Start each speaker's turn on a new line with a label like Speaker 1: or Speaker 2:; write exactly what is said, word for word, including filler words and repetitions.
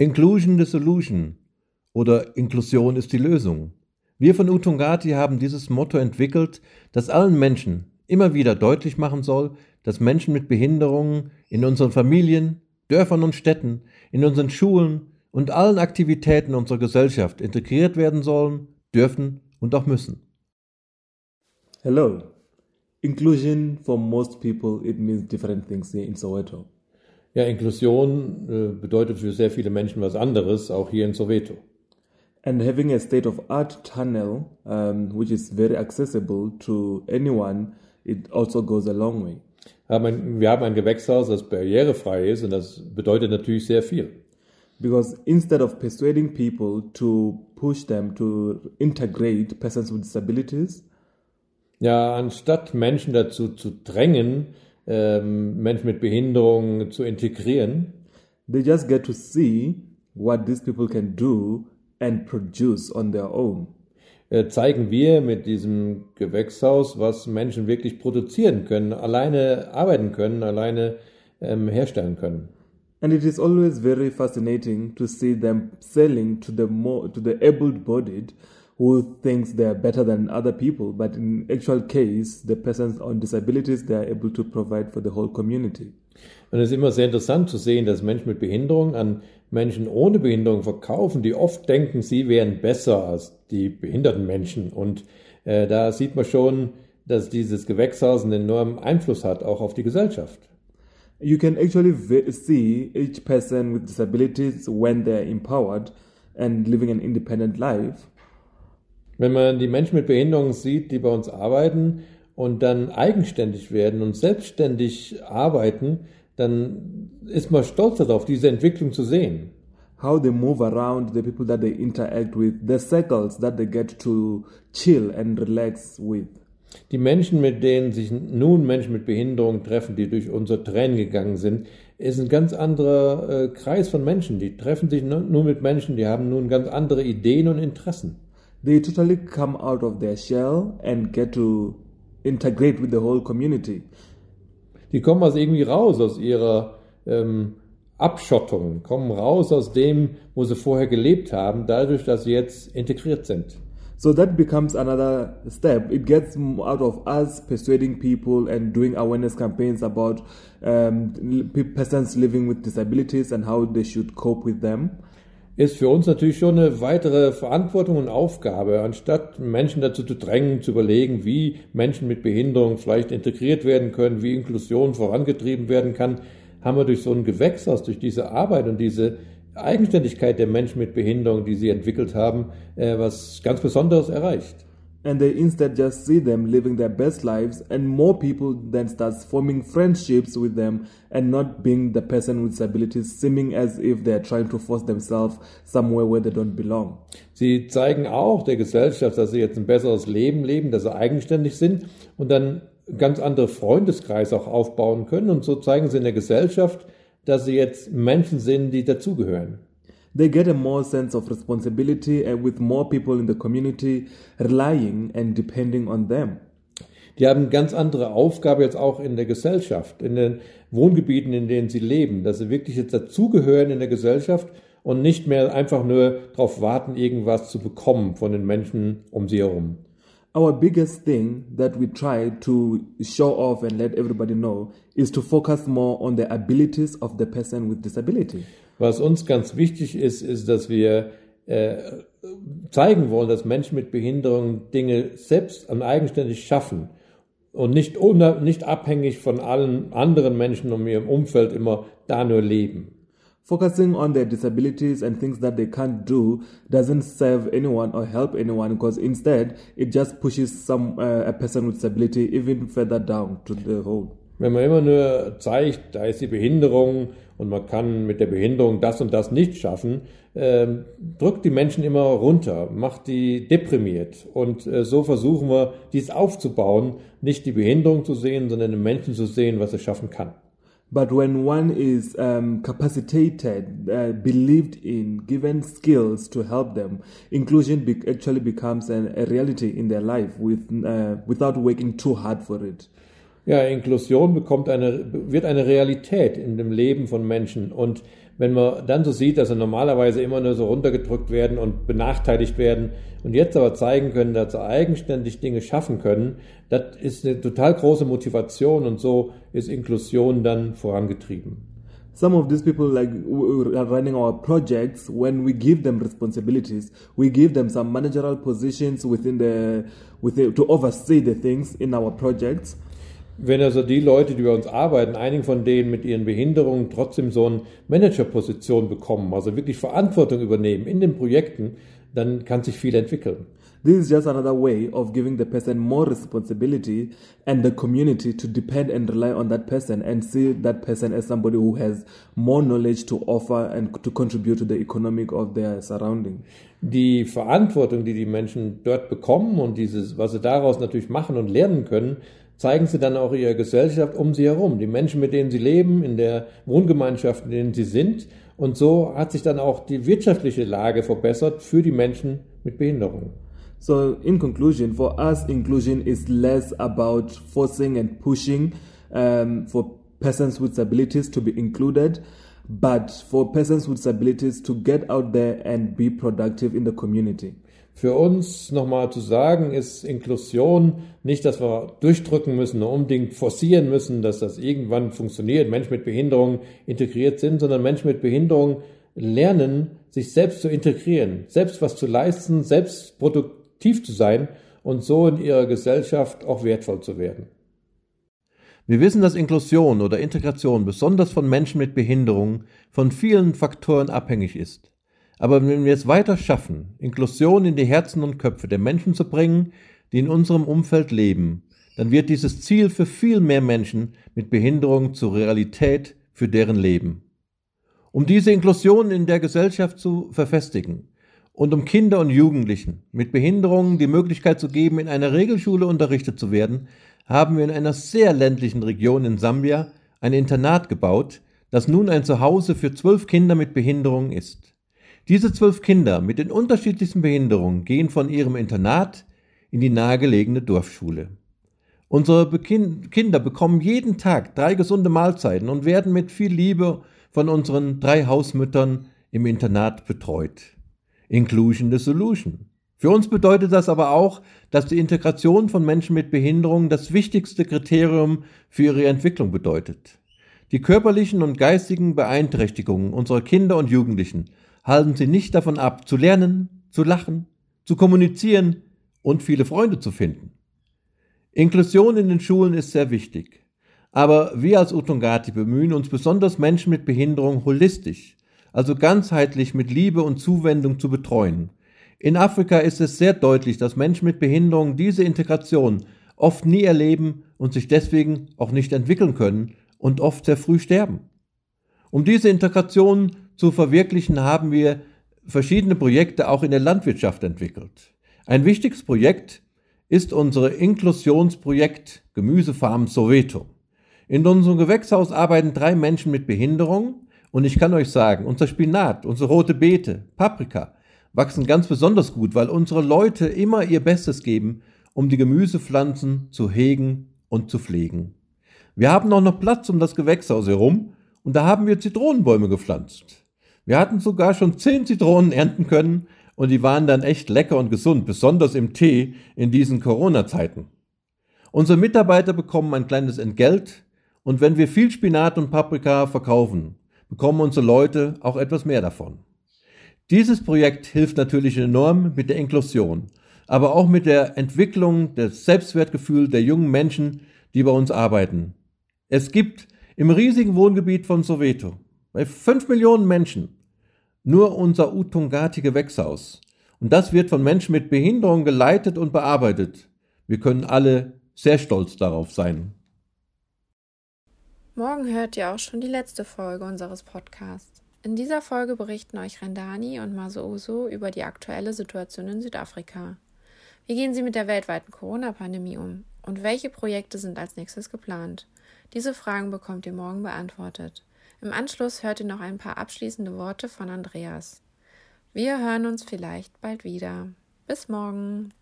Speaker 1: Inclusion the Solution oder Inklusion ist die Lösung. Wir von Utongati haben dieses Motto entwickelt, das allen Menschen immer wieder deutlich machen soll, dass Menschen mit Behinderungen in unseren Familien, Dörfern und Städten, in unseren Schulen und allen Aktivitäten unserer Gesellschaft integriert werden sollen, dürfen und auch müssen.
Speaker 2: Hello. Inclusion for most people, it means different things here in Soweto.
Speaker 1: Ja, Inklusion äh, bedeutet für sehr viele Menschen was anderes, auch hier in Soweto.
Speaker 2: And having a state-of-art tunnel, um, which is very accessible to anyone, it also goes a long way.
Speaker 1: Wir haben ein Gewächshaus, das barrierefrei ist, und das bedeutet natürlich sehr viel.
Speaker 2: Because instead of persuading people to push them to integrate persons with disabilities,
Speaker 1: ja, anstatt Menschen dazu zu drängen, ähm, Menschen mit Behinderung zu integrieren,
Speaker 2: they just get to see what these people can do and produce on their own.
Speaker 1: Äh, zeigen wir mit diesem Gewächshaus, was Menschen wirklich produzieren können, alleine arbeiten können, alleine ähm, herstellen können.
Speaker 2: And it is always very fascinating to see them selling to the more to the able-bodied who thinks they are better than other people, but in actual case, the persons on disabilities, they are able to provide for the whole community.
Speaker 1: Und es ist immer sehr interessant zu sehen, dass Menschen mit Behinderung an Menschen ohne Behinderung verkaufen, die oft denken, sie wären besser als die behinderten Menschen. Und äh, da sieht man schon, dass dieses Gewächshaus einen enormen Einfluss hat, auch auf die Gesellschaft.
Speaker 2: You can actually see each person with disabilities when they're empowered and living an independent life.
Speaker 1: Wenn man die Menschen mit Behinderung sieht, die bei uns arbeiten und dann eigenständig werden und selbstständig arbeiten, dann ist man stolz darauf, diese Entwicklung zu sehen.
Speaker 2: How they move around, the people that they interact with, the circles that they get to chill and relax with.
Speaker 1: Die Menschen, mit denen sich nun Menschen mit Behinderung treffen, die durch unser Training gegangen sind, ist ein ganz anderer äh, Kreis von Menschen. Die treffen sich nur mit Menschen, die haben nun ganz andere Ideen und Interessen.
Speaker 2: They totally come out of their shell and get to integrate with the whole community.
Speaker 1: Die kommen also irgendwie raus aus ihrer ähm, Abschottung, kommen raus aus dem, wo sie vorher gelebt haben, dadurch, dass sie jetzt integriert sind.
Speaker 2: So that becomes another step. It gets out of us persuading people and doing awareness campaigns about um, persons living with disabilities and how they should cope with them.
Speaker 1: Ist für uns natürlich schon eine weitere Verantwortung und Aufgabe, anstatt Menschen dazu zu drängen, zu überlegen, wie Menschen mit Behinderung vielleicht integriert werden können, wie Inklusion vorangetrieben werden kann, haben wir durch so ein Gewächshaus, durch diese Arbeit und diese Eigenständigkeit der Menschen mit Behinderung, die sie entwickelt haben, äh, was ganz Besonderes erreicht.
Speaker 2: And they instead just see them living their best lives, and more people then starts forming friendships with them and not being the person with disabilities, seeming as if they're trying to force themselves somewhere where they don't belong.
Speaker 1: Sie zeigen auch der Gesellschaft, dass sie jetzt ein besseres Leben leben, dass sie eigenständig sind und dann ganz andere Freundeskreise auch aufbauen können, und so zeigen sie in der Gesellschaft, dass sie jetzt Menschen sind, die dazugehören.
Speaker 2: They get a more sense of responsibility and with more people in the community relying and depending on them.
Speaker 1: Die haben eine ganz andere Aufgabe jetzt auch in der Gesellschaft, in den Wohngebieten, in denen sie leben, dass sie wirklich jetzt dazugehören in der Gesellschaft und nicht mehr einfach nur darauf warten, irgendwas zu bekommen von den Menschen um sie herum.
Speaker 2: Our biggest thing that we try to show off and let everybody know is to focus more on the abilities of the person with disability.
Speaker 1: Was uns ganz wichtig ist, ist, dass wir äh, zeigen wollen, dass Menschen mit Behinderung Dinge selbst und eigenständig schaffen und nicht, unab- nicht abhängig von allen anderen Menschen um ihrem Umfeld immer da nur leben.
Speaker 2: Focusing on their disabilities and things that they can't do doesn't serve anyone or help anyone, because instead it just pushes some uh, a person with disability even further down to the hole.
Speaker 1: Wenn man immer nur zeigt, da ist die Behinderung und man kann mit der Behinderung das und das nicht schaffen, äh, drückt die Menschen immer runter, macht die deprimiert. Und äh, so versuchen wir, dies aufzubauen, nicht die Behinderung zu sehen, sondern den Menschen zu sehen, was er schaffen kann.
Speaker 2: But when one is um, capacitated, uh, believed in, given skills to help them, inclusion be- actually becomes an, a reality in their life with, uh, without working too hard for it.
Speaker 1: Ja, Inklusion bekommt eine, wird eine Realität in dem Leben von Menschen. Und wenn man dann so sieht, dass sie normalerweise immer nur so runtergedrückt werden und benachteiligt werden und jetzt aber zeigen können, dass sie eigenständig Dinge schaffen können, das ist eine total große Motivation und so ist Inklusion dann vorangetrieben.
Speaker 2: Some of these people, like w- are running our projects, when we give them responsibilities, we give them some managerial positions within the, within, to oversee the things in our projects.
Speaker 1: Wenn also die Leute, die bei uns arbeiten, einige von denen mit ihren Behinderungen trotzdem so eine Managerposition bekommen, also wirklich Verantwortung übernehmen in den Projekten, dann kann sich viel entwickeln.
Speaker 2: This is just another way of giving the person more responsibility and the community to depend and rely on that person and see that person as somebody who has more knowledge to offer and to contribute to the economic of their surrounding.
Speaker 1: Die Verantwortung, die die Menschen dort bekommen und dieses, was sie daraus natürlich machen und lernen können, zeigen sie dann auch ihrer Gesellschaft um sie herum. Die Menschen, mit denen sie leben, in der Wohngemeinschaft, in denen sie sind. Und so hat sich dann auch die wirtschaftliche Lage verbessert für die Menschen mit Behinderungen.
Speaker 2: So in conclusion, for us, inclusion is less about forcing and pushing um, for persons with disabilities to be included, but for persons with disabilities to get out there and be productive in the community.
Speaker 1: Für uns nochmal zu sagen, ist Inklusion nicht, dass wir durchdrücken müssen, unbedingt forcieren müssen, dass das irgendwann funktioniert, Menschen mit Behinderung integriert sind, sondern Menschen mit Behinderung lernen, sich selbst zu integrieren, selbst was zu leisten, selbst produktiv zu sein und so in ihrer Gesellschaft auch wertvoll zu werden. Wir wissen, dass Inklusion oder Integration besonders von Menschen mit Behinderung von vielen Faktoren abhängig ist. Aber wenn wir es weiter schaffen, Inklusion in die Herzen und Köpfe der Menschen zu bringen, die in unserem Umfeld leben, dann wird dieses Ziel für viel mehr Menschen mit Behinderung zur Realität für deren Leben. Um diese Inklusion in der Gesellschaft zu verfestigen und um Kinder und Jugendlichen mit Behinderungen die Möglichkeit zu geben, in einer Regelschule unterrichtet zu werden, haben wir in einer sehr ländlichen Region in Sambia ein Internat gebaut, das nun ein Zuhause für zwölf Kinder mit Behinderungen ist. Diese zwölf Kinder mit den unterschiedlichsten Behinderungen gehen von ihrem Internat in die nahegelegene Dorfschule. Unsere Bekin- Kinder bekommen jeden Tag drei gesunde Mahlzeiten und werden mit viel Liebe von unseren drei Hausmüttern im Internat betreut. Inclusion the Solution. Für uns bedeutet das aber auch, dass die Integration von Menschen mit Behinderung das wichtigste Kriterium für ihre Entwicklung bedeutet. Die körperlichen und geistigen Beeinträchtigungen unserer Kinder und Jugendlichen halten sie nicht davon ab, zu lernen, zu lachen, zu kommunizieren und viele Freunde zu finden. Inklusion in den Schulen ist sehr wichtig. Aber wir als Utongati bemühen uns besonders, Menschen mit Behinderung holistisch, also ganzheitlich mit Liebe und Zuwendung zu betreuen. In Afrika ist es sehr deutlich, dass Menschen mit Behinderung diese Integration oft nie erleben und sich deswegen auch nicht entwickeln können und oft sehr früh sterben. Um diese Integration zu verwirklichen, haben wir verschiedene Projekte auch in der Landwirtschaft entwickelt. Ein wichtiges Projekt ist unser Inklusionsprojekt Gemüsefarm Soweto. In unserem Gewächshaus arbeiten drei Menschen mit Behinderung und ich kann euch sagen, unser Spinat, unsere rote Beete, Paprika wachsen ganz besonders gut, weil unsere Leute immer ihr Bestes geben, um die Gemüsepflanzen zu hegen und zu pflegen. Wir haben auch noch Platz um das Gewächshaus herum und da haben wir Zitronenbäume gepflanzt. Wir hatten sogar schon zehn Zitronen ernten können und die waren dann echt lecker und gesund, besonders im Tee in diesen Corona-Zeiten. Unsere Mitarbeiter bekommen ein kleines Entgelt und wenn wir viel Spinat und Paprika verkaufen, bekommen unsere Leute auch etwas mehr davon. Dieses Projekt hilft natürlich enorm mit der Inklusion, aber auch mit der Entwicklung des Selbstwertgefühls der jungen Menschen, die bei uns arbeiten. Es gibt im riesigen Wohngebiet von Soweto, bei fünf Millionen Menschen, nur unser Utongati-Gewächshaus. Und das wird von Menschen mit Behinderung geleitet und bearbeitet. Wir können alle sehr stolz darauf sein.
Speaker 3: Morgen hört ihr auch schon die letzte Folge unseres Podcasts. In dieser Folge berichten euch Rendani und Masooso über die aktuelle Situation in Südafrika. Wie gehen sie mit der weltweiten Corona-Pandemie um? Und welche Projekte sind als nächstes geplant? Diese Fragen bekommt ihr morgen beantwortet. Im Anschluss hört ihr noch ein paar abschließende Worte von Andreas. Wir hören uns vielleicht bald wieder. Bis morgen.